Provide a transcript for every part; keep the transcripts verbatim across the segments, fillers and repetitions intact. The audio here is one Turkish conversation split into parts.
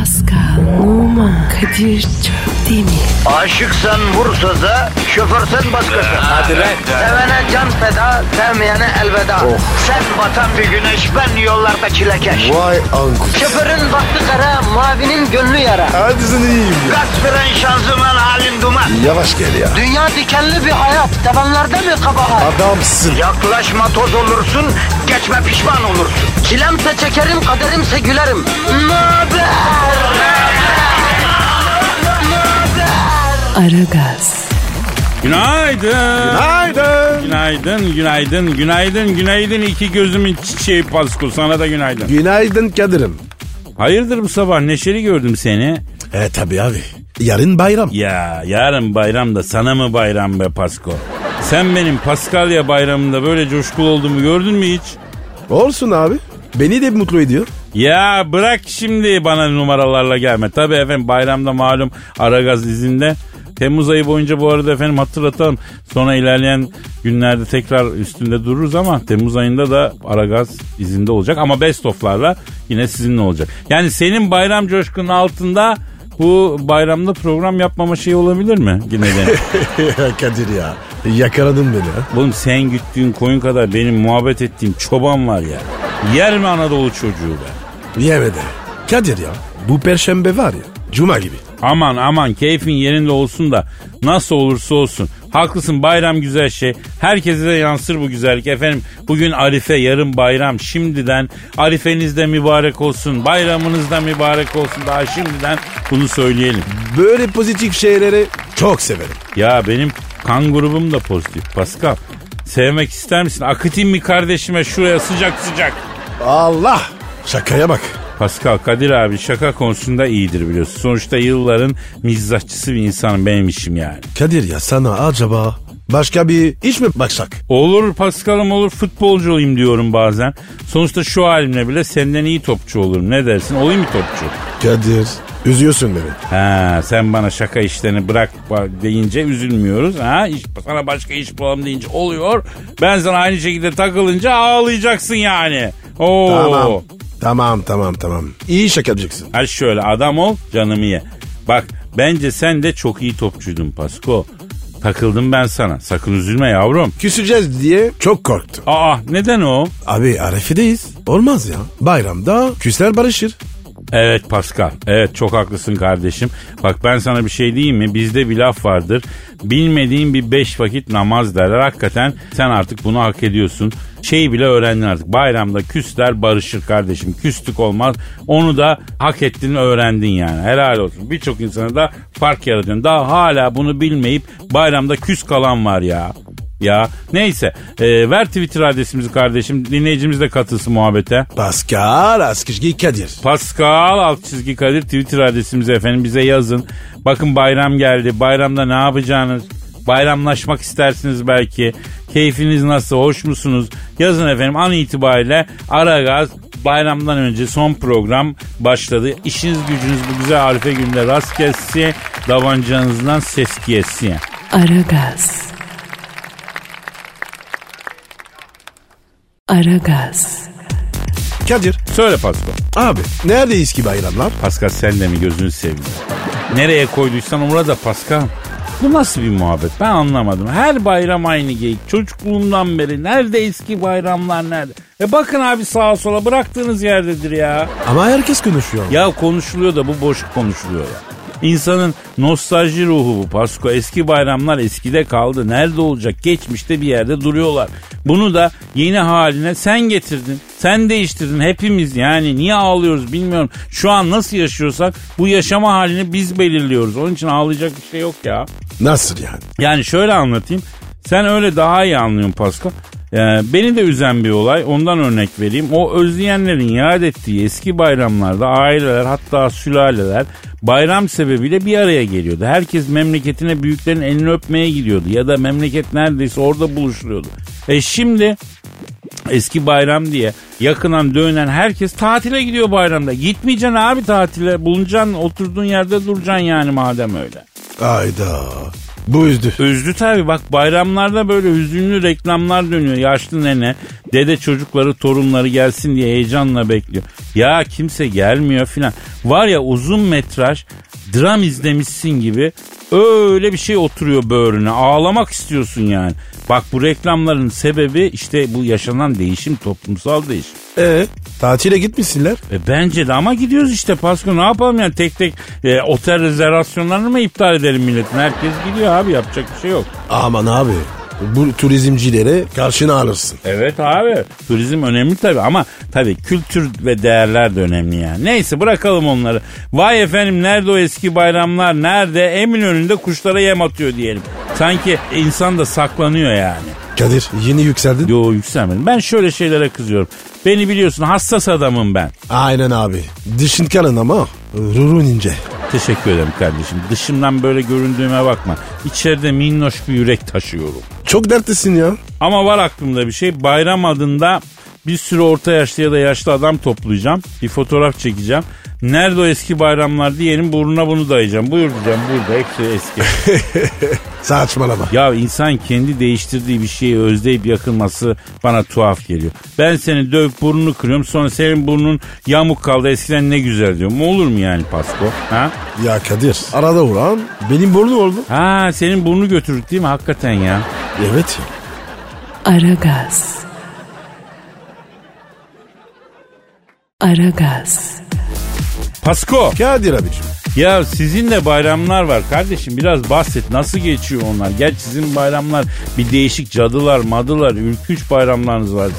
Pascal, Oman, Kadir çok değil mi? Aşıksan vursa da, şoförsen başkasın. Hadi lan. Sevene can feda, sevmeyene elveda. Oh. Sen batan bir güneş, ben yollarda çilekeş. Vay anku. Şoförün baktı kara, mavinin gönlü yara. Hadi sen iyiyim ya. Kasperen şanzıman halin duman. Yavaş gel ya. Dünya dikenli bir hayat, sevenlerde mi kabahar? Adamsın. Yaklaşma toz olursun, geçme pişman olursun. Çilemse çekerim, kaderimse gülerim. Möber! Aragaz, Günaydın. Günaydın. Günaydın, günaydın, günaydın, günaydın. İki gözümün çiçeği Pasko. Sana da günaydın. Günaydın Kadir'im. Hayırdır bu sabah neşeli gördüm seni. E tabi abi. Yarın bayram. Ya yarın bayram da sana mı bayram be Pasko? Sen benim Paskalya bayramında böyle coşkulu olduğumu gördün mü hiç? Olsun abi. Beni de mutlu ediyor. Ya bırak şimdi bana numaralarla gelme. Tabii efendim bayramda malum Aragaz izinde. Temmuz ayı boyunca bu arada efendim hatırlatalım. Sonra ilerleyen günlerde tekrar üstünde dururuz ama Temmuz ayında da Aragaz izinde olacak. Ama best of'larla yine sizinle olacak. Yani senin bayram coşkunun altında bu bayramda program yapmama şey olabilir mi? Yine de. Kadir ya. Yakaladın beni ha. Oğlum sen güttüğün koyun kadar benim muhabbet ettiğim çoban var ya. Yer mi Anadolu çocuğu be? Yemedi. Kadir ya. Bu perşembe var ya. Cuma gibi. Aman aman keyfin yerinde olsun da nasıl olursa olsun. Haklısın bayram güzel şey. Herkese de yansır bu güzellik. Efendim bugün Arife yarın bayram. Şimdiden Arifeniz de mübarek olsun. Bayramınız da mübarek olsun. Daha şimdiden bunu söyleyelim. Böyle pozitif şeyleri çok severim. Ya benim kan grubum da pozitif Pascal. Sevmek ister misin? Akıtayım mı kardeşime şuraya sıcak sıcak. Allah. Şakaya bak. Pascal, Kadir abi şaka konusunda iyidir biliyorsun. Sonuçta yılların mizahçısı bir insanım benim işim yani. Kadir ya sana acaba başka bir iş mi baksak? Olur Pascal'ım olur, futbolcu olayım diyorum bazen. Sonuçta şu halimle bile senden iyi topçu olurum. Ne dersin? Olayım mı topçu? Kadir üzüyorsun beni. Ha, sen bana şaka işlerini bırak deyince üzülmüyoruz. Ha, iş, sana başka iş bulalım deyince oluyor. Ben sana aynı şekilde takılınca ağlayacaksın yani. Oo. Tamam. Tamam tamam tamam. İyi şaka yapacaksın. Hadi şöyle adam ol canımı ye. Bak bence sen de çok iyi topçuydun Pasko. Takıldım ben sana. Sakın üzülme yavrum. Küseceğiz diye çok korktum. Aa neden o? Abi Arife'deyiz. Olmaz ya. Bayramda küsler barışır. Evet Pascal. Evet çok haklısın kardeşim. Bak ben sana bir şey diyeyim mi? Bizde bir laf vardır. Bilmediğin bir beş vakit namaz derler. Hakikaten sen artık bunu hak ediyorsun. Şeyi bile öğrendin artık. Bayramda küsler barışır kardeşim. Küslük olmaz. Onu da hak ettiğini öğrendin yani. Helal olsun. Birçok insana da fark yaratıyorsun. Daha hala bunu bilmeyip bayramda küs kalan var ya. Ya neyse e, ver Twitter adresimizi kardeşim, dinleyicimiz de katılsın muhabbete. Pascal Askışgi Kadir. Pascal alt çizgi Kadir Twitter adresimizi efendim, bize yazın. Bakın bayram geldi, bayramda ne yapacağınız, bayramlaşmak istersiniz belki, keyfiniz nasıl, hoş musunuz, yazın efendim. An itibariyle Aragaz bayramdan önce son program başladı. İşiniz gücünüz bu güzel Arife günde rast gelsin, davancanızdan ses gelsin. Aragaz. Aragaz. Kadir. Söyle Pascal. Abi neredeyiz ki bayramlar? Pascal sen de mi gözünü seveyim? Nereye koyduysan orada Pascal. Bu nasıl bir muhabbet ben anlamadım. Her bayram aynı geyik. Çocukluğumdan beri nerede eski bayramlar nerede? E bakın abi sağa sola bıraktığınız yerdedir ya. Ama herkes konuşuyor. Ya konuşuluyor da bu boşluk konuşuluyor ya. İnsanın nostalji ruhu bu Pasko. Eski bayramlar eskide kaldı. Nerede olacak? Geçmişte bir yerde duruyorlar. Bunu da yeni haline sen getirdin. Sen değiştirdin hepimiz yani. Niye ağlıyoruz bilmiyorum. Şu an nasıl yaşıyorsak bu yaşama halini biz belirliyoruz. Onun için ağlayacak bir şey yok ya. Nasıl yani? Yani şöyle anlatayım. Sen öyle daha iyi anlıyorsun Pasko. Ee, beni de üzen bir olay, ondan örnek vereyim. O özleyenlerin yad ettiği eski bayramlarda aileler hatta sülaleler bayram sebebiyle bir araya geliyordu. Herkes memleketine büyüklerin elini öpmeye gidiyordu ya da memleket neredeyse orada buluşuyordu. E şimdi eski bayram diye yakınan dönen herkes tatile gidiyor bayramda. Gitmeyeceksin abi tatile, bulunacaksın, oturduğun yerde duracaksın yani madem öyle. Ayda. Bu üzdü. Üzdü tabii, bak bayramlarda böyle hüzünlü reklamlar dönüyor. Yaşlı nene, dede çocukları, torunları gelsin diye heyecanla bekliyor. Ya kimse gelmiyor filan. Var ya uzun metraj dram izlemişsin gibi öyle bir şey oturuyor böğrüne. Ağlamak istiyorsun yani. Bak bu reklamların sebebi işte bu yaşanan değişim, toplumsal değişim. Ee, tatile gitmişsinler. E bence de ama gidiyoruz işte Pasko, ne yapalım yani, tek tek e, otel rezervasyonlarını mı iptal edelim milletin? Herkes gidiyor abi, yapacak bir şey yok. Aman abi, bu turizmcilere karşına alırsın. Evet abi, turizm önemli tabii ama tabii kültür ve değerler de önemli yani. Neyse bırakalım onları. Vay efendim, nerede o eski bayramlar, nerede? Eminönü'nde kuşlara yem atıyor diyelim. Sanki insan da saklanıyor yani. Kadir yeni yükseldin. Yo yükselmedim. Ben şöyle şeylere kızıyorum. Beni biliyorsun, hassas adamım ben. Aynen abi. Dışın kalın ama ruhun ince. Teşekkür ederim kardeşim. Dışımdan böyle göründüğüme bakma. İçeride minnoş bir yürek taşıyorum. Çok dertlisin ya. Ama var aklımda bir şey. Bayram adında bir sürü orta yaşlı ya da yaşlı adam toplayacağım. Bir fotoğraf çekeceğim. Nerede o eski bayramlar diyelim, burnuna bunu dayayacağım. Buyur diyeceğim, burada hepsi eski. Saçmalama. Ya insan kendi değiştirdiği bir şeyi özleyip yakınması bana tuhaf geliyor. Ben seni dövüp burnunu kırıyorum, sonra senin burnun yamuk kaldı, eskiden ne güzel diyorum. Olur mu yani Pasko? Ha? Ya Kadir, arada uğran benim burnum oldu. Ha, senin burnunu götürdük değil mi hakikaten ya? Evet ya. Aragaz. Aragaz. Pasko. Kadir abicim. Ya sizin de bayramlar var kardeşim, biraz bahset, nasıl geçiyor onlar? Gerçi sizin bayramlar bir değişik, cadılar madılar, ürkünç bayramlarınız var.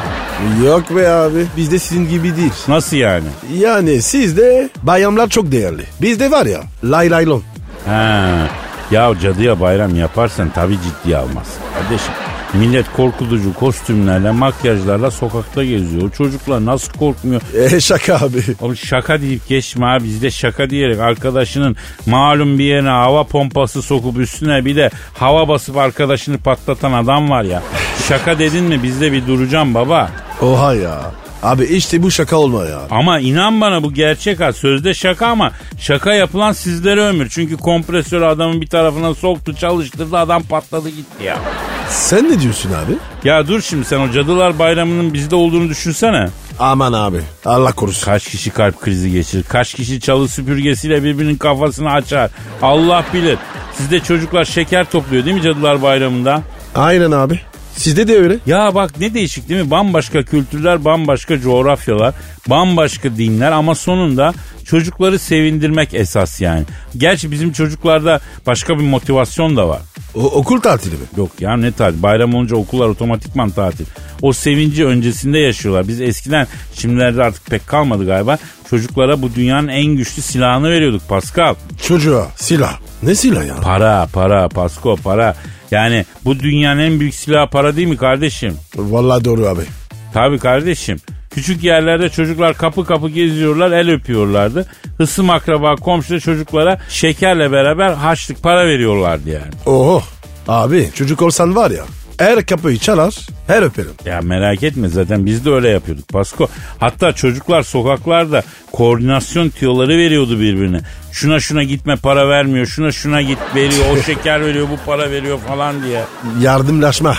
Yok be abi, bizde sizin gibi değil. Nasıl yani? Yani sizde bayramlar çok değerli. Bizde var ya lay lay lon. Ha, ya cadıya bayram yaparsan tabii ciddiye almazsın kardeşim. Millet korkutucu kostümlerle, makyajlarla sokakta geziyor. Çocuklar nasıl korkmuyor? E şaka abi. Oğlum şaka deyip geçme abi. Bizde şaka diyerek arkadaşının malum bir yerine hava pompası sokup üstüne bir de hava basıp arkadaşını patlatan adam var ya. Şaka dedin mi bizde bir duracağım baba. Oha ya. Abi işte bu şaka olma ya. Ama inan bana bu gerçek ha. Sözde şaka ama şaka yapılan sizlere ömür. Çünkü kompresörü adamın bir tarafına soktu, çalıştırdı, adam patladı gitti ya. Sen ne diyorsun abi? Ya dur şimdi, sen o Cadılar Bayramı'nın bizde olduğunu düşünsene. Aman abi, Allah korusun. Kaç kişi kalp krizi geçirir, kaç kişi çalı süpürgesiyle birbirinin kafasını açar. Allah bilir. Sizde çocuklar şeker topluyor değil mi Cadılar Bayramı'nda? Aynen abi. Sizde de öyle. Ya bak ne değişik değil mi? Bambaşka kültürler, bambaşka coğrafyalar, bambaşka dinler ama sonunda çocukları sevindirmek esas yani. Gerçi bizim çocuklarda başka bir motivasyon da var. O, okul tatili mi? Yok ya, ne tatil? Bayram olunca okullar otomatikman tatil. O sevinci öncesinde yaşıyorlar. Biz eskiden, şimdilerde artık pek kalmadı galiba, çocuklara bu dünyanın en güçlü silahını veriyorduk Pascal. Çocuğa silah. Ne silah ya? Para, para, Pasko, para. Yani bu dünyanın en büyük silahı para değil mi kardeşim? Vallahi doğru abi. Tabii kardeşim. Küçük yerlerde çocuklar kapı kapı geziyorlar, el öpüyorlardı. Hısım akraba, komşu çocuklara şekerle beraber harçlık para veriyorlardı yani. Oho. Abi çocuk olsan var ya, her kapıyı çalar, her öperim. Ya merak etme, zaten biz de öyle yapıyorduk Pasko. Hatta çocuklar sokaklarda koordinasyon tüyoları veriyordu birbirine. Şuna şuna gitme, para vermiyor, şuna şuna git veriyor, o şeker veriyor, bu para veriyor falan diye. Yardımlaşma.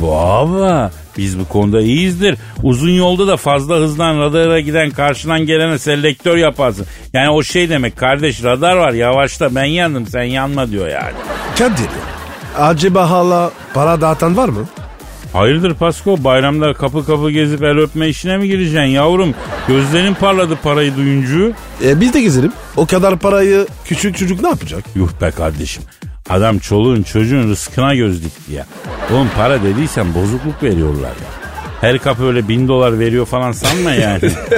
Baba biz bu konuda iyiyizdir. Uzun yolda da fazla hızdan radara giden karşıdan gelene selektör yaparsın. Yani o şey demek, kardeş radar var yavaşla, ben yandım sen yanma diyor yani. Kadir, acaba hala para dağıtan var mı? Hayırdır Pasko, bayramda kapı kapı gezip el öpme işine mi gireceksin yavrum? Gözlerin parladı parayı duyunca. E biz de gezelim. O kadar parayı küçük çocuk ne yapacak? Yuh be kardeşim. Adam çoluğun çocuğun rızkına göz dikti ya. Oğlum para dediysen bozukluk veriyorlar ya. Her kapı öyle bin dolar veriyor falan sanma yani.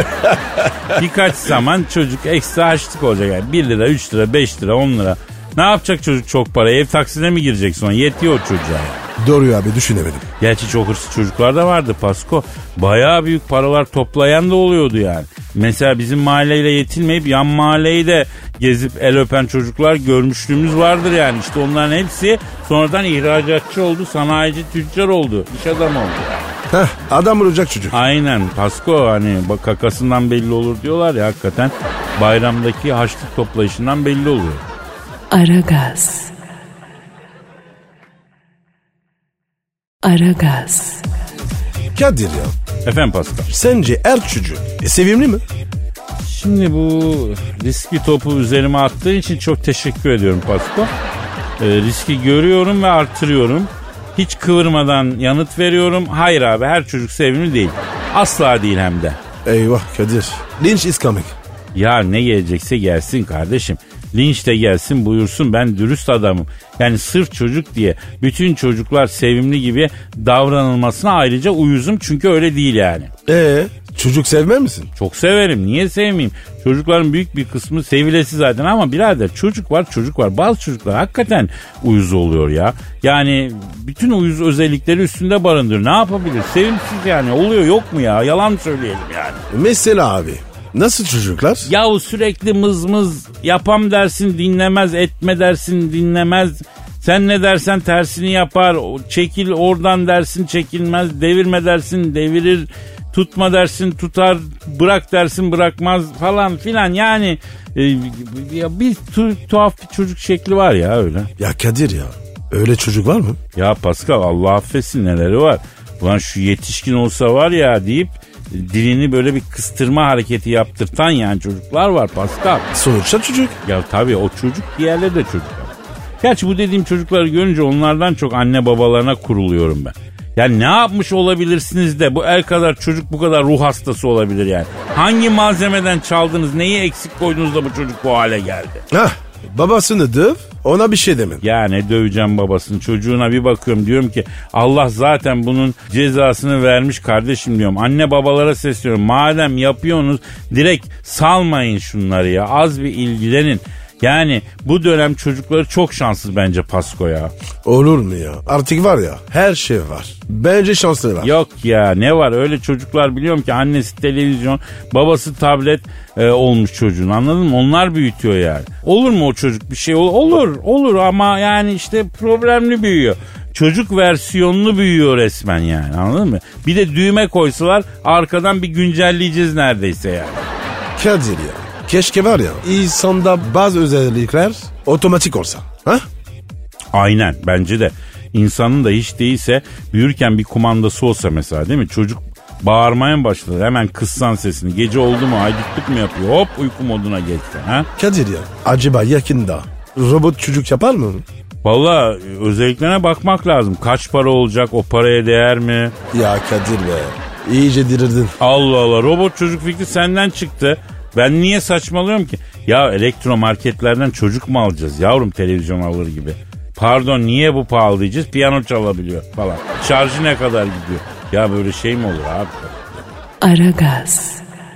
Birkaç zaman çocuk ekstra harçlık olacak yani. Bir lira, üç lira, beş lira, on lira. Ne yapacak çocuk çok para? Ev taksine mi girecek sonra? Yetiyor o çocuğa ya. Doğru abi, düşünemedim. Gerçi çok hırsız çocuklar da vardı Pasko. Bayağı büyük paralar toplayan da oluyordu yani. Mesela bizim mahalleyle yetinmeyip yan mahalleyi de gezip el öpen çocuklar görmüşlüğümüz vardır yani. İşte onların hepsi sonradan ihracatçı oldu, sanayici, tüccar oldu, iş adamı oldu yani. Heh, adam olacak çocuk. Aynen Pasko, hani bak kakasından belli olur diyorlar ya, hakikaten bayramdaki harçlık toplayışından belli oluyor. Aragaz. Aragaz. Kadir ya, Efendim Pascal. sence her çocuk e, sevimli mi? Şimdi bu riski topu üzerime attığın için çok teşekkür ediyorum Pascal. Ee, riski görüyorum ve artırıyorum. Hiç kıvırmadan yanıt veriyorum. Hayır abi, her çocuk sevimli değil. Asla değil hem de. Eyvah Kadir. Lynch is coming. Ya ne gelecekse gelsin kardeşim. Linç de gelsin buyursun, ben dürüst adamım. Yani sırf çocuk diye bütün çocuklar sevimli gibi davranılmasına ayrıca uyuzum, çünkü öyle değil yani. Ee, çocuk sevmez misin? Çok severim, niye sevmeyeyim? Çocukların büyük bir kısmı sevilesi zaten, ama birader çocuk var çocuk var. Bazı çocuklar hakikaten uyuz oluyor ya. Yani bütün uyuz özellikleri üstünde barındırıyor. Ne yapabilir? Sevimsiz yani, oluyor, yok mu ya? Yalan söyleyelim yani. Mesela abi. Nasıl çocuklar? Yahu sürekli mız mız yapam dersin dinlemez, etme dersin dinlemez. Sen ne dersen tersini yapar. Çekil oradan dersin çekilmez. Devirme dersin devirir. Tutma dersin tutar. Bırak dersin bırakmaz falan filan. Yani e, ya bir tu, tuhaf bir çocuk şekli var ya öyle. Ya Kadir ya, öyle çocuk var mı? Ya Pascal, Allah affetsin neleri var. Ulan şu yetişkin olsa var ya deyip dilini böyle bir kıstırma hareketi yaptırtan yani çocuklar var Pascal. Sonuçta çocuk. Ya tabii o çocuk, diğerleri de çocuk. Gerçi bu dediğim çocukları görünce onlardan çok anne babalarına kuruluyorum ben. Yani ne yapmış olabilirsiniz de bu el kadar çocuk bu kadar ruh hastası olabilir yani. Hangi malzemeden çaldınız, neyi eksik koydunuz da bu çocuk bu hale geldi? Hah, babasını döv, ona bir şey demin. Ya ne döveceğim babasını, çocuğuna bir bakıyorum diyorum ki Allah zaten bunun cezasını vermiş kardeşim diyorum. Anne babalara sesleniyorum, madem yapıyorsunuz direkt salmayın şunları ya, az bir ilgilenin. Yani bu dönem çocukları çok şanssız bence Pasko ya. Olur mu ya? Artık var ya, her şey var. Bence şanslı var. Yok ya, ne var öyle çocuklar biliyorum ki annesi televizyon, babası tablet e, olmuş çocuğun, anladın mı? Onlar büyütüyor yani. Olur mu o çocuk bir şey? Ol- olur olur ama yani işte problemli büyüyor. Çocuk versiyonlu büyüyor resmen yani, anladın mı? Bir de düğme koysalar arkadan bir güncelleyeceğiz neredeyse yani. Kadir ya, keşke var ya insanda bazı özellikler otomatik olsa. Ha? Aynen, bence de. İnsanın da hiç değilse büyürken bir kumandası olsa mesela, değil mi? Çocuk bağırmaya mı başladı? Hemen kıssan sesini. Gece oldu mu aydınlık mı yapıyor? Hop uyku moduna geçse. Ha? Kadir ya, acaba yakında robot çocuk yapar mı? Valla özelliklerine bakmak lazım. Kaç para olacak? O paraya değer mi? Ya Kadir be, iyice dirirdin. Allah Allah, robot çocuk fikri senden çıktı. Ben niye saçmalıyorum ki? Ya elektromarketlerden çocuk mu alacağız yavrum, televizyon alır gibi? Pardon, niye bu pahalı diyeceğiz? Piyano çalabiliyor falan. Şarjı ne kadar gidiyor? Ya böyle şey mi olur abi? Aragaz.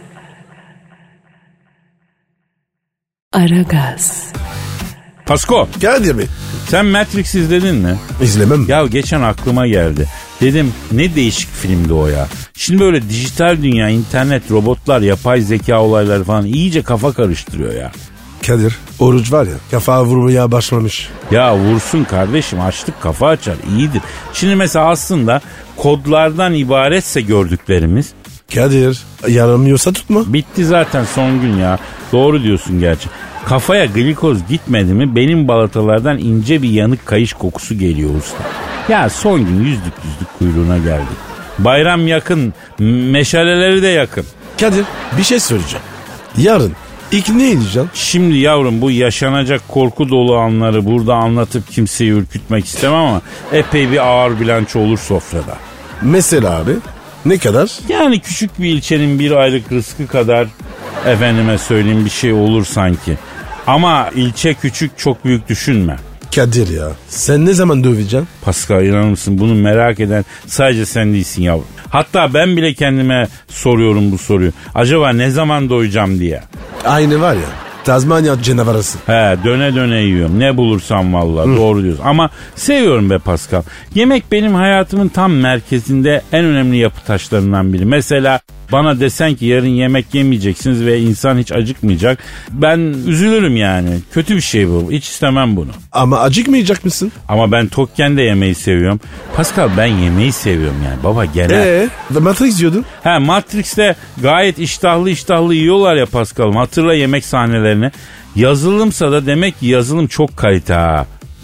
Aragaz. Pasko, Kadir Bey, sen Matrix izledin mi? izlemem. Ya geçen aklıma geldi. Dedim ne değişik filmdi o ya. Şimdi böyle dijital dünya, internet, robotlar, yapay zeka olayları falan iyice kafa karıştırıyor ya. Kadir, oruç var ya, kafa vurmaya başlamış. Ya vursun kardeşim, açlık kafa açar, iyidir. Şimdi mesela aslında kodlardan ibaretse gördüklerimiz. Kadir, yaramıyorsa tutma. Bitti zaten son gün ya. Doğru diyorsun gerçi. Kafaya glikoz gitmedi mi benim balatalardan ince bir yanık kayış kokusu geliyor usta. Ya son gün yüzlük yüzlük kuyruğuna geldik. Bayram yakın, meşaleleri de yakın. Kadir, bir şey söyleyeceğim. Yarın ilk ne edeceğim? Şimdi yavrum bu yaşanacak korku dolu anları burada anlatıp kimseyi ürkütmek istemem ama epey bir ağır bilanço olur sofrada. Mesela abi, ne kadar? Yani küçük bir ilçenin bir aylık rızkı kadar efendime söyleyeyim bir şey olur sanki. Ama ilçe küçük, çok büyük düşünme. Kadir ya, sen ne zaman döveceksin? Pascal, inanır mısın, bunu merak eden sadece sen değilsin yavrum. Hatta ben bile kendime soruyorum bu soruyu. Acaba ne zaman doyacağım diye. Aynı var ya, Tazmanya canavarısı. He, döne döne yiyorum. Ne bulursam vallahi. Doğru diyorsun. Ama seviyorum be Pascal. Yemek benim hayatımın tam merkezinde, en önemli yapı taşlarından biri. Mesela bana desen ki yarın yemek yemeyeceksiniz ve insan hiç acıkmayacak, ben üzülürüm yani. Kötü bir şey bu. Hiç istemem bunu. Ama acıkmayacak mısın? Ama ben tokken de yemeği seviyorum. Pascal, ben yemeği seviyorum yani. Baba genel. Eee Matrix diyordun. He, Matrix'te gayet iştahlı iştahlı yiyorlar ya Pascal. Hatırla yemek sahnelerini. Yazılımsa da demek ki yazılım çok kalite ha.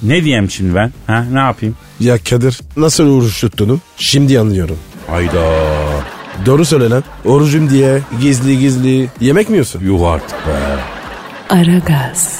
Ne diyeyim şimdi ben? Ha, ne yapayım? Ya Kadir nasıl oruç tuttuğunu şimdi anlıyorum. Hayda. Doğru söyle lan. Orucum diye gizli gizli yemek mi yiyorsun? Yuh artık be. Aragaz.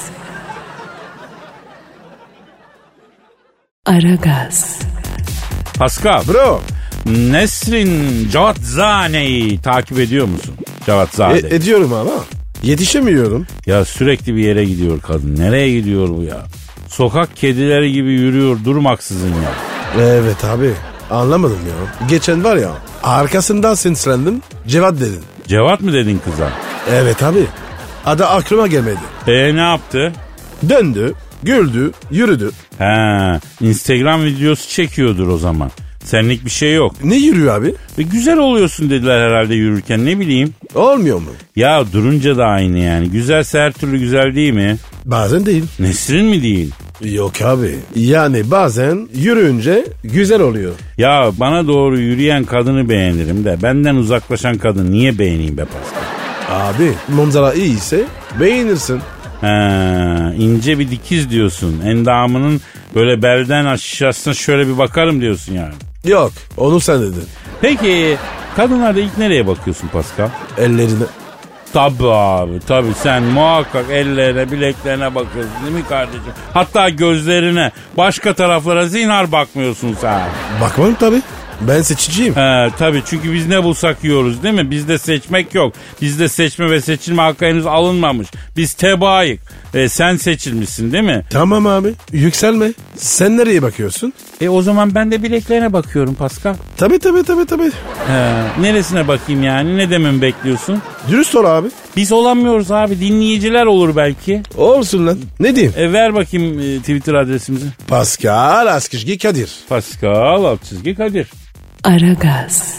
Aragaz. Pascal. Bro. Nesrin Cevatzane'yi takip ediyor musun? Cevatzade. E, ediyorum ama yetişemiyorum. Ya sürekli bir yere gidiyor kadın. Nereye gidiyor bu ya? Sokak kedileri gibi yürüyor durmaksızın ya. Evet abi anlamadım ya. Geçen var ya arkasından seslendim Cevat dedin. Cevat mı dedin kıza? Evet abi. Adı aklıma gelmedi. E ne yaptı? Döndü, güldü, yürüdü. He, Instagram videosu çekiyordur o zaman. Senlik bir şey yok. Ne yürüyor abi? E, güzel oluyorsun dediler herhalde yürürken, ne bileyim. Olmuyor mu? Ya durunca da aynı yani. Güzelse her türlü güzel değil mi? Bazen değil. Nesrin mi değil? Yok abi. Yani bazen yürüyünce güzel oluyor. Ya bana doğru yürüyen kadını beğenirim de benden uzaklaşan kadın niye beğeneyim be Pascal? Abi manzara iyiyse beğenirsin. He, ince bir dikiz diyorsun. Endamının böyle belden aşağısına şöyle bir bakarım diyorsun yani. Yok onu sen dedin. Peki kadınlarda ilk nereye bakıyorsun Pascal? Ellerine. Tabii abi tabii, sen muhakkak ellerine bileklerine bakıyorsun değil mi kardeşim? Hatta gözlerine, başka taraflara zinhar bakmıyorsun sen. Bakmam tabii. Ben seçiciyim. He, tabii çünkü biz ne bulsak yiyoruz değil mi? Bizde seçmek yok. Bizde seçme ve seçilme hakkı henüz alınmamış. Biz tebaayık. E, sen seçilmişsin değil mi? Tamam abi yükselme. Sen nereye bakıyorsun? E o zaman ben de bileklerine bakıyorum Pascal. Tabii tabii tabii tabii. He, neresine bakayım yani? Ne dememi bekliyorsun? Dürüst ol abi. Biz olamıyoruz abi. Dinleyiciler olur belki. Olsun lan. Ne diyeyim? E, ver bakayım e, Twitter adresimizi. Pascal Askışgi Kadir. Pascal alt çizgi Kadir. Aragaz.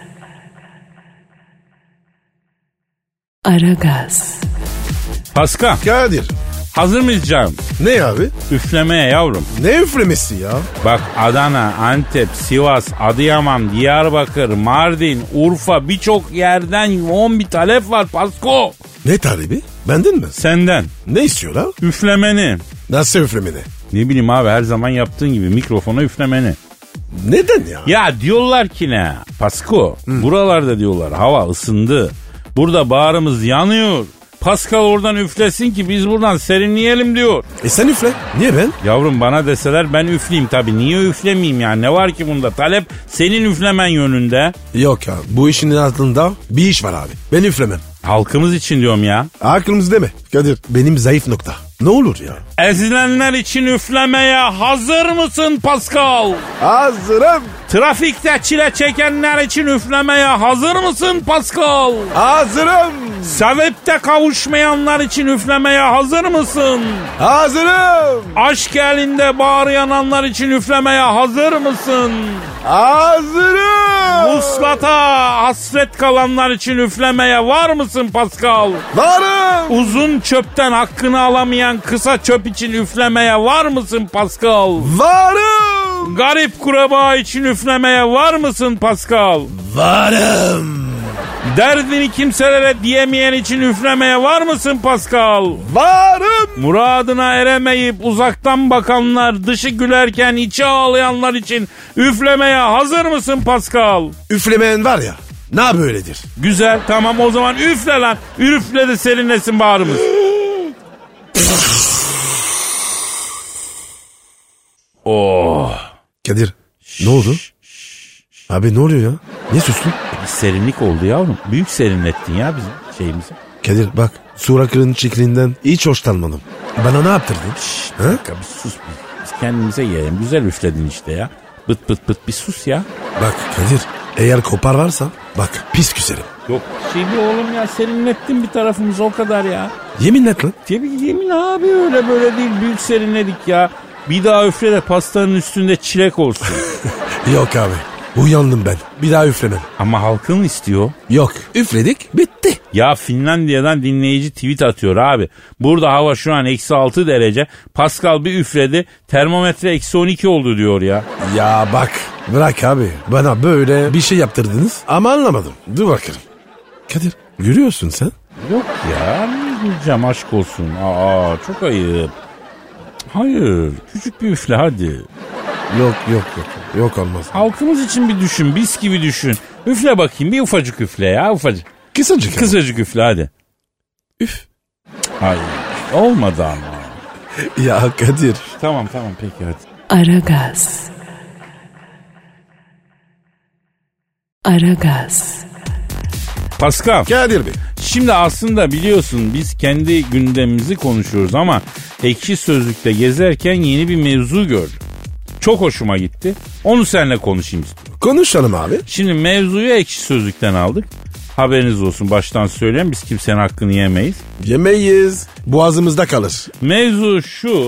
Aragaz. Pascal Kadir. hazır mıyız canım? Ne abi? Üflemeye yavrum. Ne üflemesi ya? Bak Adana, Antep, Sivas, Adıyaman, Diyarbakır, Mardin, Urfa birçok yerden yoğun bir talep var Pasko. Ne talebi? Benden mi? Senden. Ne istiyorlar? Üflemeni. Nasıl üflemeni? Ne bileyim abi, her zaman yaptığın gibi mikrofona üflemeni. Neden ya? Ya diyorlar ki ne? Pasko, Hı. buralarda diyorlar hava ısındı. Burada bağrımız yanıyor. Pascal oradan üflesin ki biz buradan serinleyelim diyor. E sen üfle. Niye ben? Yavrum bana deseler ben üfleyeyim tabii. Niye üflemeyeyim yani? Ne var ki bunda? Talep senin üflemen yönünde. Yok ya, bu işin altında bir iş var abi. Ben üflemem. Halkımız için diyorum ya. Aklımız deme Kadir. Benim zayıf nokta. Ne olur ya? Ezilenler için üflemeye hazır mısın Pascal? Hazırım. Trafikte çile çekenler için üflemeye hazır mısın Pascal? Hazırım. Sevip de kavuşmayanlar için üflemeye hazır mısın? Hazırım. Aşk elinde bağrı yananlar için üflemeye hazır mısın? Hazırım. Vuslata hasret kalanlar için üflemeye var mısın Pascal? Varım. Uzun çöpten hakkını alamayan kısa çöp için üflemeye var mısın Pascal? Varım. Garip kuraba için üflemeye var mısın Pascal? Varım. Derdini kimselere diyemeyen için üflemeye var mısın Pascal? Varım. Muradına eremeyip uzaktan bakanlar, dışı gülerken içi ağlayanlar için üflemeye hazır mısın Pascal? Üflemeyen var ya, ne böyledir? Güzel, tamam o zaman üfle lan. Üfle de serinlesin bağrımız. Oh. Kadir, ne oldu? Abi ne oluyor ya? Niye sustun? Bir serinlik oldu yavrum. Büyük serinlettin ya bizim şeyimizi. Kadir bak, surakırın şeklinden hiç hoşlanmadım. Bana ne yaptırdın? Şşş, bir dakika bir sus. Biz kendimize gelelim. Güzel üfledin işte ya. Bıt bıt bıt bir sus ya. Bak Kadir, eğer kopar varsa bak pis küserim. Yok şey bir oğlum ya, serinlettin bir tarafımızı o kadar ya. Yemin et lan. Tabii yemin abi, öyle böyle değil, büyük serinledik ya. Bir daha üfle de pastanın üstünde çilek olsun. Yok abi, uyandım ben. Bir daha üflemem. Ama halkın istiyor. Yok, üfledik bitti. Ya Finlandiya'dan dinleyici tweet atıyor abi. Burada hava şu an eksi altı derece. Pascal bir üfledi, termometre eksi on iki oldu diyor ya. Ya bak, bırak abi. Bana böyle bir şey yaptırdınız ama anlamadım. Dur bakalım. Kadir, görüyorsun sen. Yok ya, ne diyeceğim, aşk olsun. Aa çok ayıp. Hayır, küçük bir üfle hadi. Yok yok yok. Yok olmaz. Halkımız için bir düşün, bis gibi düşün. Üfle bakayım, bir ufacık üfle ya, ufacık. Kısacık. Kısacık üfle hadi. Üf. Hayır, olmadı ama. Ya Kadir. Tamam tamam peki hadi. Aragaz. Aragaz. Pascal. Kadir Bey. Şimdi aslında biliyorsun biz kendi gündemimizi konuşuyoruz ama Ekşi Sözlük'te gezerken yeni bir mevzu gördüm. Çok hoşuma gitti. Onu seninle konuşayım istiyorum. Konuşalım abi. Şimdi mevzuyu Ekşi Sözlük'ten aldık. Haberiniz olsun, baştan söyleyeyim, biz kimsenin hakkını yemeyiz. Yemeyiz. Boğazımızda kalır. Mevzu şu: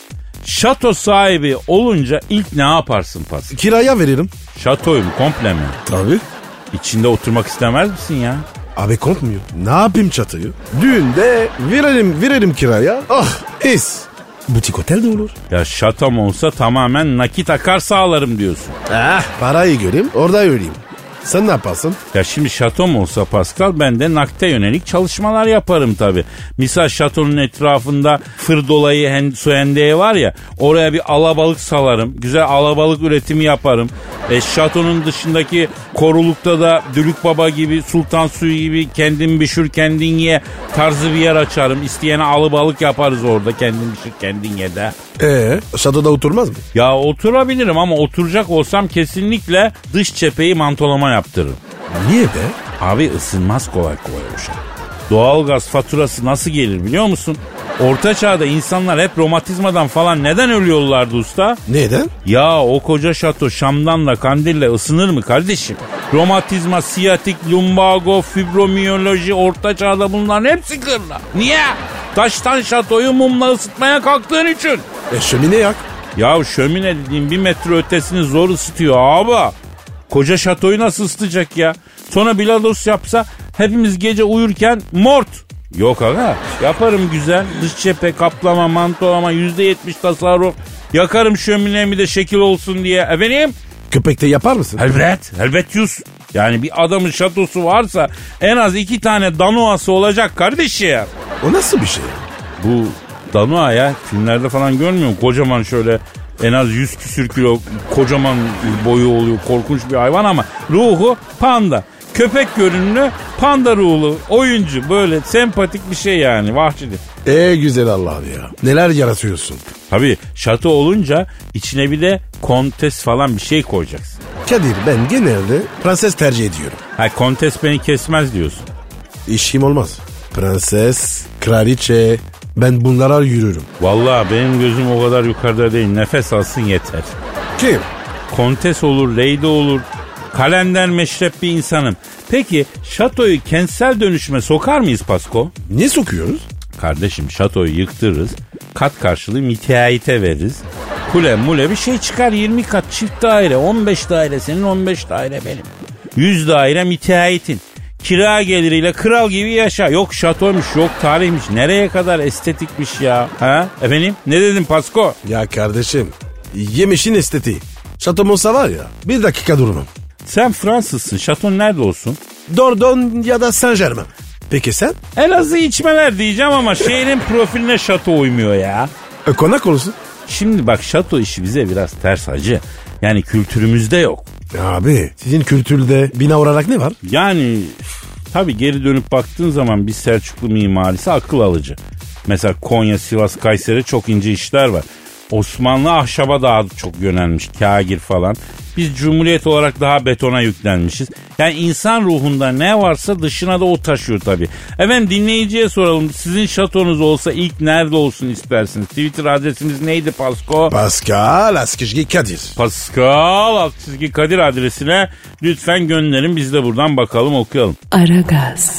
şato sahibi olunca ilk ne yaparsın Pascal? Kiraya veririm. Şatoyu mu, komple mi? Tabii. İçinde oturmak istemez misin ya? Abi kontmuyor. Ne yapayım çatıyı? Düğünde verelim, verelim kiraya. Ah es. Butik otel de olur. Ya şatom olsa tamamen nakit akar sağlarım diyorsun. Ah parayı göreyim orada öleyim. Sen ne yaparsın? Ya şimdi şatom olsa Pascal, ben de nakde yönelik çalışmalar yaparım tabii. Misal şatonun etrafında fırdolayı hen, su hendeği var ya, oraya bir alabalık salarım. Güzel alabalık üretimi yaparım. E, şatonun dışındaki korulukta da Dülük Baba gibi, Sultan Suyu gibi kendin pişir kendin ye tarzı bir yer açarım. İsteyene alabalık yaparız orada, kendin pişir kendin ye de. Eee şatoda oturmaz mı? Ya oturabilirim ama oturacak olsam kesinlikle dış cepheyi mantolama yaptırırım. Niye be? Abi ısınmaz kolay kolay o şey. Doğalgaz faturası nasıl gelir biliyor musun? Orta çağda insanlar hep romatizmadan falan neden ölüyorlardı usta? Neden? Ya o koca şato şamdanla kandille ısınır mı kardeşim? Romatizma, siyatik, lumbago, fibromiyoloji, orta çağda bunların hepsi kırla. Niye? Taştan şatoyu mumla ısıtmaya kalktığın için. E şömine yak. Ya şömine dediğin bir metre ötesini zor ısıtıyor abi. Koca şatoyu nasıl ısıtacak ya? Sonra bilardos yapsa hepimiz gece uyurken mort. Yok aga, yaparım güzel. Dış cephe, kaplama, mantolama, yüzde yetmiş tasarruf. Yakarım şöminemi de şekil olsun diye. Efendim? Köpekte yapar mısın? Elbet, elbet yüz. Yani bir adamın şatosu varsa en az iki tane danoası olacak kardeşim. O nasıl bir şey? Bu danoa ya, filmlerde falan görmüyor musun? Kocaman şöyle en az yüz küsür kilo kocaman boyu oluyor. Korkunç bir hayvan ama ruhu panda. Köpek görünümlü, panda ruhlu, oyuncu, böyle sempatik bir şey yani, vahşi. Ey güzel Allah'ım ya. Neler yaratıyorsun? Tabii şato olunca içine bir de kontes falan bir şey koyacaksın. Kadir ben genelde prenses tercih ediyorum. Ha, kontes beni kesmez diyorsun. İşim olmaz. Prenses, kraliçe, ben bunlara yürürüm. Vallahi benim gözüm o kadar yukarıda değil, nefes alsın yeter. Kim? Kontes olur, lady olur, kalender meşrep bir insanım. Peki şatoyu kentsel dönüşüme sokar mıyız Pasko? Ne sokuyoruz? Kardeşim şatoyu yıktırırız, kat karşılığı müteahhite veririz. Kule mule bir şey çıkar, yirmi kat çift daire, on beş daire senin, on beş daire benim. yüz daire müteahhitin. Kira geliriyle kral gibi yaşa. Yok şatoymuş, yok tarihmiş. Nereye kadar estetikmiş ya? Ha? Efendim? Ne dedin Pasko? Ya kardeşim, yemişin estetiği. Şatom olsa var ya, bir dakika durmam. Sen Fransızsın. Şaton nerede olsun? Dordogne ya da Saint Germain. Peki sen? Elazığ içmeler diyeceğim ama şehrin profiline şato uymuyor ya. E, konak olsun. Şimdi bak, şato işi bize biraz ters hacı. Yani kültürümüzde yok. Abi sizin kültürde bina olarak ne var? Yani tabii geri dönüp baktığın zaman bir Selçuklu mimarisi akıl alıcı. Mesela Konya, Sivas, Kayseri çok ince işler var. Osmanlı ahşaba daha çok yönelmiş, kâgir falan. Biz cumhuriyet olarak daha betona yüklenmişiz. Yani insan ruhunda ne varsa dışına da o taşıyor tabii. Efendim dinleyiciye soralım. Sizin şatonuz olsa ilk nerede olsun istersiniz? Twitter adresimiz neydi Pasko? Pascal Askışgi Kadir. Pascal alt çizgi Kadir adresine lütfen gönderin. Biz de buradan bakalım, okuyalım. Aragaz.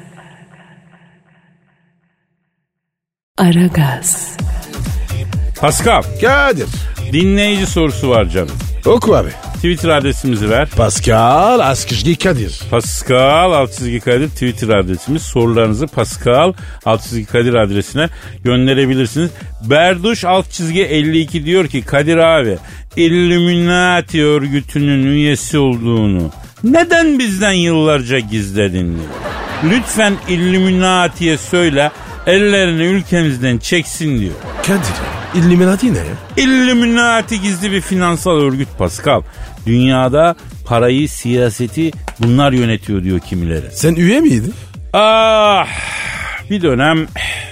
Aragaz. Pascal, Kadir. dinleyici sorusu var canım. Oku abi. Twitter adresimizi ver. Pascal Askışgi Kadir. Pascal alt çizgi Kadir Twitter adresimiz. Sorularınızı Pascal alt çizgi Kadir adresine gönderebilirsiniz. Berduş alt çizgi elli iki diyor ki, Kadir abi, Illuminati örgütünün üyesi olduğunu neden bizden yıllarca gizledin diyor. Lütfen Illuminati'ye söyle, ellerini ülkemizden çeksin diyor. Kadir, Illuminati ne ya? Illuminati gizli bir finansal örgüt Pascal. Dünyada parayı, siyaseti bunlar yönetiyor diyor kimileri. Sen üye miydin? Ah, bir dönem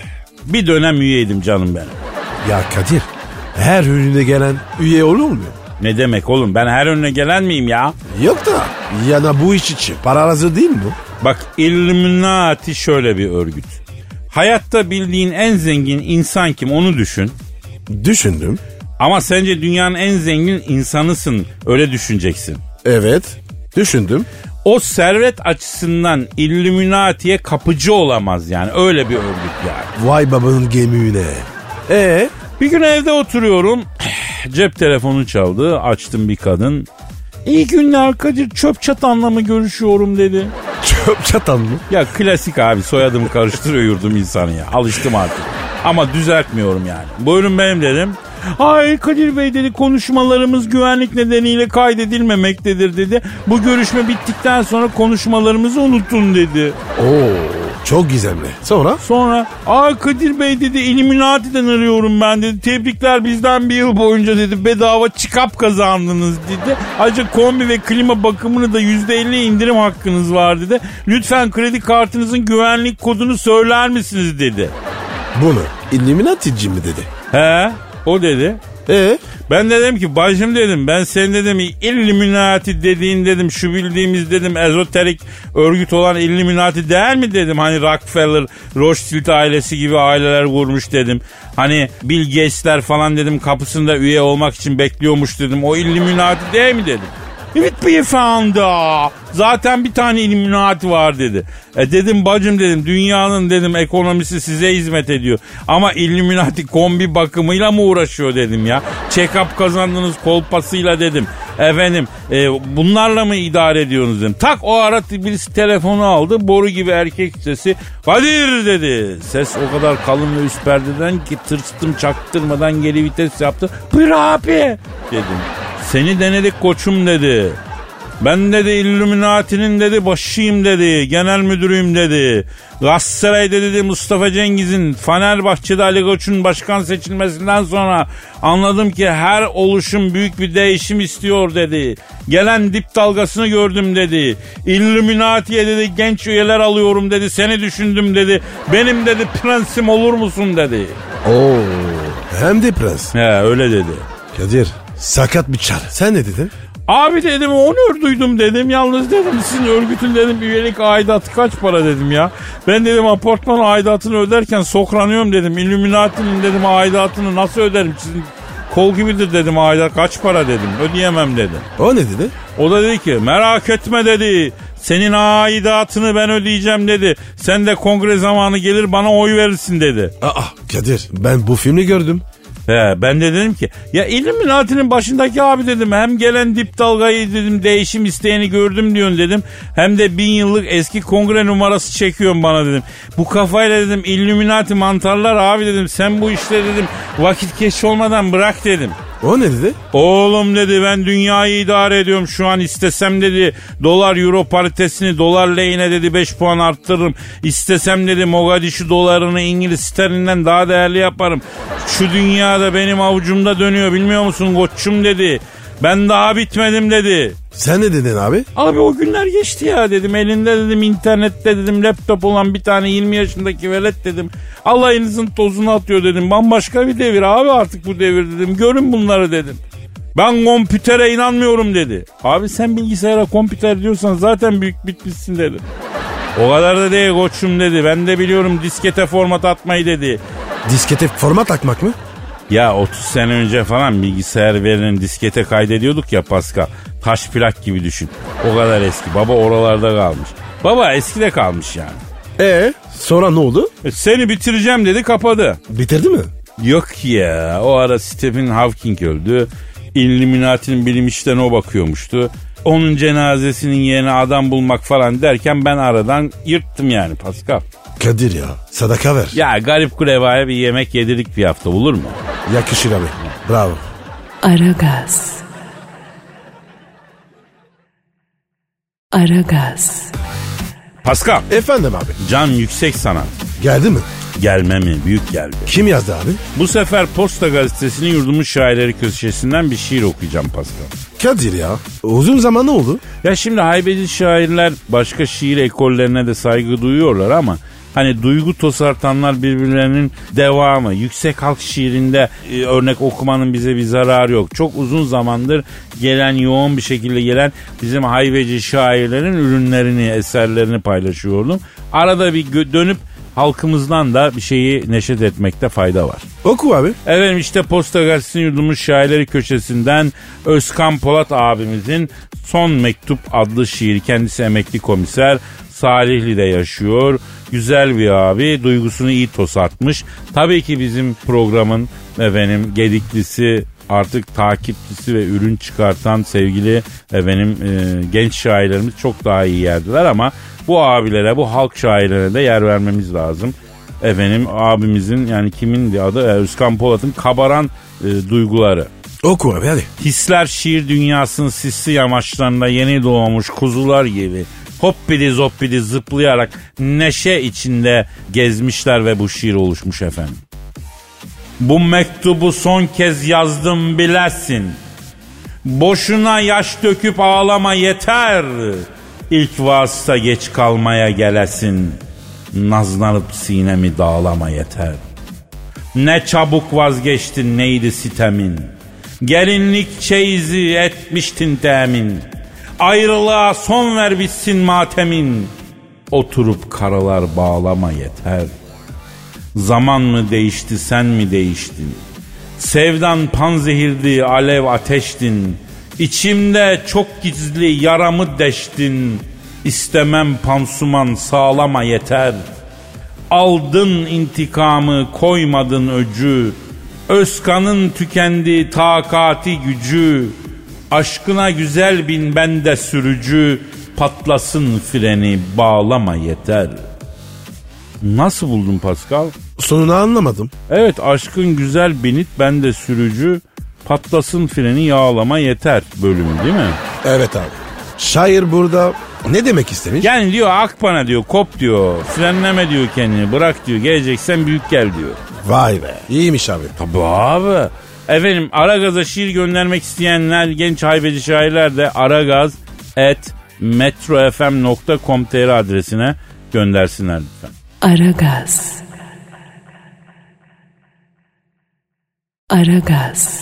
bir dönem üyeydim canım benim. Ya Kadir, her önüne gelen üye olur mu? Ne demek oğlum, ben her önüne gelen miyim ya? Yok da yana bu iş için para hazır değil mi bu? Bak, Illuminati şöyle bir örgüt. Hayatta bildiğin en zengin insan kim onu düşün. Düşündüm. Ama sence dünyanın en zengin insanısın, öyle düşüneceksin. Evet, düşündüm. O servet açısından Illuminati'ye kapıcı olamaz yani, öyle bir örgüt yani. Vay babanın gemiğine. Ee? Bir gün evde oturuyorum, cep telefonu çaldı, açtım, bir kadın. İyi günler Kadir, çöp çatanla mı görüşüyorum dedi. Çöp çatan mı? Ya klasik abi, soyadımı karıştırıyor yurdum insanı ya, alıştım artık. Ama düzeltmiyorum yani. Buyurun benim dedim. Ay Kadir Bey dedi, konuşmalarımız güvenlik nedeniyle kaydedilmemektedir dedi. Bu görüşme bittikten sonra konuşmalarımızı unutun dedi. Oo, çok gizemli. Sonra? Sonra ay Kadir Bey dedi, Illuminati'den arıyorum ben dedi. Tebrikler, bizden bir yıl boyunca dedi bedava çıkap kazandınız dedi. Ayrıca kombi ve klima bakımını da yüzde elli indirim hakkınız var dedi. Lütfen kredi kartınızın güvenlik kodunu söyler misiniz dedi. Bunu Illuminati'ci mi dedi? He, o dedi. Ee? Ben de dedim ki bacım dedim, ben sen dedim Illuminati dediğin dedim, şu bildiğimiz dedim ezoterik örgüt olan Illuminati değil mi dedim. Hani Rockefeller, Rothschild ailesi gibi aileler kurmuş dedim. Hani Bill Gates'ler falan dedim kapısında üye olmak için bekliyormuş dedim. O Illuminati değil mi dedim. Evet beyefendi, zaten bir tane Illuminati var dedi. E dedim bacım dedim, dünyanın dedim ekonomisi size hizmet ediyor. Ama Illuminati kombi bakımıyla mı uğraşıyor dedim ya. Check-up kazandığınız kolpasıyla dedim. Efendim e, bunlarla mı idare ediyorsunuz dedim. Tak o ara birisi telefonu aldı, boru gibi erkek sesi. Kadir dedi. Ses o kadar kalın ve üst perdeden ki tırstım, çaktırmadan geri vites yaptı. Buyur abi dedim. Seni denedik koçum dedi. Ben dedi Illuminati'nin dedi başıyım dedi. Genel müdürüyüm dedi. Galatasaray'da dedi Mustafa Cengiz'in Fenerbahçe'de Ali Koç'un başkan seçilmesinden sonra anladım ki her oluşum büyük bir değişim istiyor dedi. Gelen dip dalgasını gördüm dedi. Illuminati'ye dedi genç üyeler alıyorum dedi. Seni düşündüm dedi. Benim dedi prensim olur musun dedi. Oo, hem de prens. He öyle dedi. Kadir, sakat bir çar. Sen ne dedin? Abi dedim onur duydum dedim. Yalnız dedim sizin örgütün dedim üyelik aidatı kaç para dedim ya. Ben dedim apartman aidatını öderken sokranıyorum dedim. Illuminati'nin dedim aidatını nasıl öderim? Sizin kol gibidir dedim aidat kaç para dedim. Ödeyemem dedim. O ne dedi? O da dedi ki merak etme dedi. Senin aidatını ben ödeyeceğim dedi. Sen de kongre zamanı gelir bana oy verirsin dedi. Aa Kadir, ben bu filmi gördüm. He, ben de dedim ki ya Illuminati'nin başındaki abi dedim, hem gelen dip dalgayı dedim değişim isteğini gördüm diyorsun dedim, hem de bin yıllık eski kongre numarası çekiyorsun bana dedim. Bu kafayla dedim Illuminati mantarlar abi dedim, sen bu işleri dedim vakit geç olmadan bırak dedim. O ne dedi? Oğlum dedi ben dünyayı idare ediyorum şu an, istesem dedi dolar euro paritesini dolar lehine dedi beş puan arttırırım. İstesem dedi Mogadishu dolarını İngiliz sterlinden daha değerli yaparım. Şu dünyada benim avucumda dönüyor bilmiyor musun koçum dedi. Ben daha bitmedim dedi. Sen ne dedin abi? Abi o günler geçti ya dedim. Elinde dedim internette dedim laptop olan bir tane yirmi yaşındaki velet dedim. Alayınızın tozunu atıyor dedim. Bambaşka bir devir abi artık bu devir dedim. Görün bunları dedim. Ben kompütere inanmıyorum dedi. Abi sen bilgisayara kompüter diyorsan zaten büyük bitmişsin dedi. O kadar da değil koçum dedi. Ben de biliyorum diskete format atmayı dedi. Diskete format atmak mı? Ya otuz sene önce falan bilgisayar verilerini diskete kaydediyorduk ya Pascal. Taş plak gibi düşün. O kadar eski. Baba oralarda kalmış. Baba eskide kalmış yani. Ee, sonra ne oldu? E, seni bitireceğim dedi, kapadı. Bitirdi mi? Yok ya, o ara Stephen Hawking öldü. Illuminati'nin bilim işlerine o bakıyormuştu. Onun cenazesinin yerine adam bulmak falan derken ben aradan yırttım yani Pascal. Kadir ya, sadaka ver. Ya garip kurevaya bir yemek yedirdik bir hafta, olur mu? Yakışır abi. Bravo. Aragaz. Aragaz. Pascal. Efendim abi. Can yüksek sanat. Geldi mi? Gelme mi? Büyük geldi. Kim yazdı abi? Bu sefer Posta Gazetesi'nin Yurdumun Şairleri köşesinden bir şiir okuyacağım Pascal. Kadir ya. Uzun zaman ne oldu? Ya şimdi haybeci şairler başka şiir ekollerine de saygı duyuyorlar ama hani duygu tosartanlar birbirlerinin devamı. Yüksek halk şiirinde e, örnek okumanın bize bir zararı yok. Çok uzun zamandır gelen, yoğun bir şekilde gelen bizim haybeci şairlerin ürünlerini, eserlerini paylaşıyordum. Arada bir gö- dönüp halkımızdan da bir şeyi neşet etmekte fayda var. Oku abi. Efendim işte Posta Gazetesi'nin Yurdumun Şairleri köşesinden Özkan Polat abimizin Son Mektup adlı şiiri. Kendisi emekli komiser. Salihli'de yaşıyor. Güzel bir abi. Duygusunu iyi tosartmış. Tabii ki bizim programın efendim gediklisi, artık takipçisi ve ürün çıkartan sevgili efendim e, genç şairlerimiz çok daha iyi yerdiler ama bu abilere, bu halk şairlerine de yer vermemiz lazım. Efendim abimizin, yani kimindi adı? Özkan Polat'ın Kabaran e, Duyguları. Oku abi hadi. Hisler şiir dünyasının sisli yamaçlarında yeni doğmuş kuzular gibi hoppidi zoppidi zıplayarak neşe içinde gezmişler ve bu şiir oluşmuş efendim. Bu mektubu son kez yazdım bilesin. Boşuna yaş döküp ağlama yeter. İlk vasıta geç kalmaya gelesin. Nazlanıp sinemi dağlama yeter. Ne çabuk vazgeçtin neydi sitemin. Gelinlik çeyizi etmiştin temin. Ayrılığa son ver bitsin matemin. Oturup karalar bağlama yeter. Zaman mı değişti sen mi değiştin? Sevdan panzehirdi alev ateştin. İçimde çok gizli yaramı deştin. İstemem pansuman sağlama yeter. Aldın intikamı koymadın öcü. Özkan'ın tükendi takati gücü. Aşkına güzel bin bende sürücü. Patlasın freni bağlama yeter. Nasıl buldun Pascal? Sonunu anlamadım. Evet, aşkın güzel binit bende sürücü. Patlasın freni yağlama yeter bölümü değil mi? Evet abi. Şair burada ne demek istemiş? Yani diyor Akpan'a diyor kop diyor. Frenleme diyor kendini, bırak diyor. Geleceksen büyük gel diyor. Vay be. İyiymiş abi. Tabii abi. Efendim Aragaz'a şiir göndermek isteyenler, genç haybeci şairler de aragaz at metrofm nokta com nokta tr adresine göndersinler lütfen. Aragaz. Aragaz.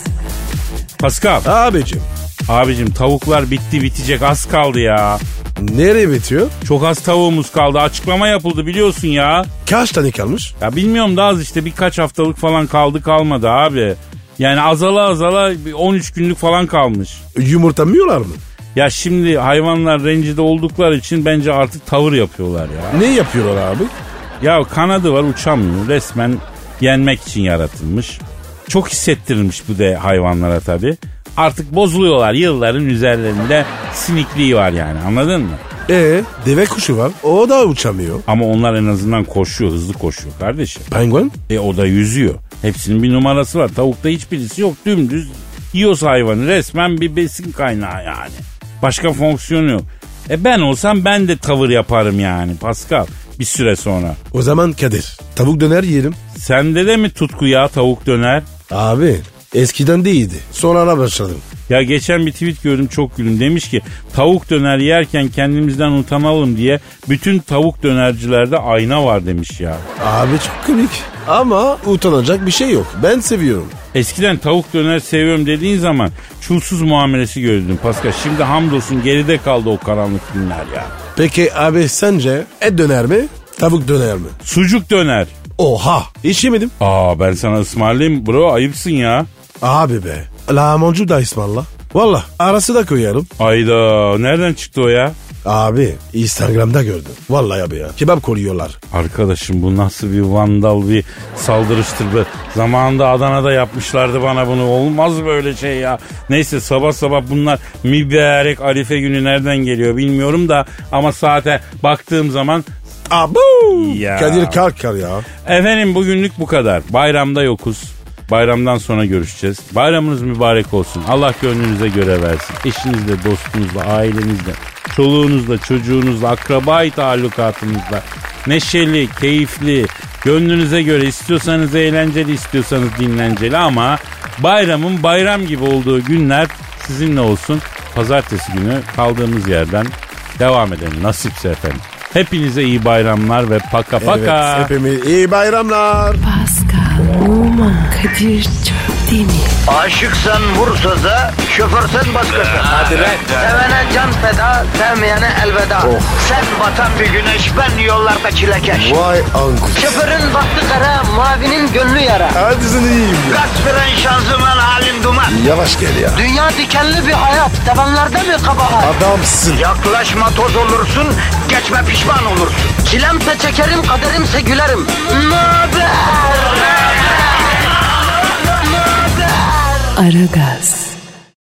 Pascal. Abicim. Abicim tavuklar bitti, bitecek, az kaldı ya. Nereye bitiyor? Çok az tavuğumuz kaldı. Açıklama yapıldı biliyorsun ya. Kaç tane kalmış? Ya bilmiyorum da az işte, birkaç haftalık falan kaldı kalmadı abi. Yani azala azala on üç günlük falan kalmış. Yumurtamıyorlar mı? Ya şimdi hayvanlar rencide oldukları için bence artık tavır yapıyorlar ya. Ne yapıyorlar abi? Ya kanadı var, uçamıyor. Resmen yenmek için yaratılmış. Çok hissettirilmiş bu de hayvanlara tabii. Artık bozuluyorlar, yılların üzerlerinde sinikliği var yani, anladın mı? Ee, deve kuşu var, o da uçamıyor. Ama onlar en azından koşuyor, hızlı koşuyor kardeşim. Penguen? E o da yüzüyor. Hepsinin bir numarası var. Tavukta hiçbirisi yok, dümdüz yiyorsa hayvanı, resmen bir besin kaynağı yani. Başka fonksiyonu yok. E ben olsam ben de tavır yaparım yani Pascal, bir süre sonra. O zaman Kadir, tavuk döner yiyelim. Sende de mi tutku ya tavuk döner? Abi eskiden değildi, sonra başladım. Ya geçen bir tweet gördüm, çok gülüm. Demiş ki tavuk döner yerken kendimizden utanalım diye bütün tavuk dönercilerde ayna var demiş ya. Abi çok komik ama utanacak bir şey yok, ben seviyorum. Eskiden tavuk döner seviyorum dediğin zaman çulsuz muamelesi görürdüm Pascal. Şimdi hamdolsun geride kaldı o karanlık günler ya. Peki abi sence et döner mi, tavuk döner mi? Sucuk döner. Oha, hiç yemedim. Aa ben sana ısmarlayayım bro, ayıpsın ya. Abi be, lahmacun da ısmarla. Valla arası da koyarım. Ayda nereden çıktı o ya? Abi Instagram'da gördüm. Vallahi abi ya, kebap koruyorlar. Arkadaşım bu nasıl bir vandal bir saldırıştır be. Zamanında Adana'da yapmışlardı bana bunu. Olmaz böyle şey ya. Neyse sabah sabah bunlar mübarek Arife günü nereden geliyor bilmiyorum da ama saate baktığım zaman Abu! Ya. Kadir kalkar ya. Efendim bugünlük bu kadar. Bayramda yokuz. Bayramdan sonra görüşeceğiz. Bayramınız mübarek olsun. Allah gönlünüze göre versin. Eşinizle, dostunuzla, ailenizle, çoluğunuzla, çocuğunuzla, akrabai taallukatınızla neşeli, keyifli, Gönlünüze göre, istiyorsanız eğlenceli, istiyorsanız dinlenceli, ama bayramın bayram gibi olduğu günler sizinle olsun. Pazartesi günü kaldığımız yerden devam edelim nasipse efendim. Hepinize iyi bayramlar ve paka paka. Evet, hepimiz iyi bayramlar. Pascal, Oman, Kadir çok değil mi? Aşıksan vursa da, şoförsen başkasın. Hadi lan. Sevene can feda, sevmeyene elveda. Oh. Sen batan bir güneş, ben yollarda çilekeş. Vay anku. Şoförün baktı kara, mavinin gönlü yara. Hadi sen iyiyim ya. Kasperen şanzıman halin duman. Yavaş gel ya. Dünya dikenli bir hayat, sevenlerde mi kabahar? Adamsın. Yaklaşma toz olursun, geçme pişman olursun. Çilemse çekerim, kaderimse gülerim. Möber! Aragaz.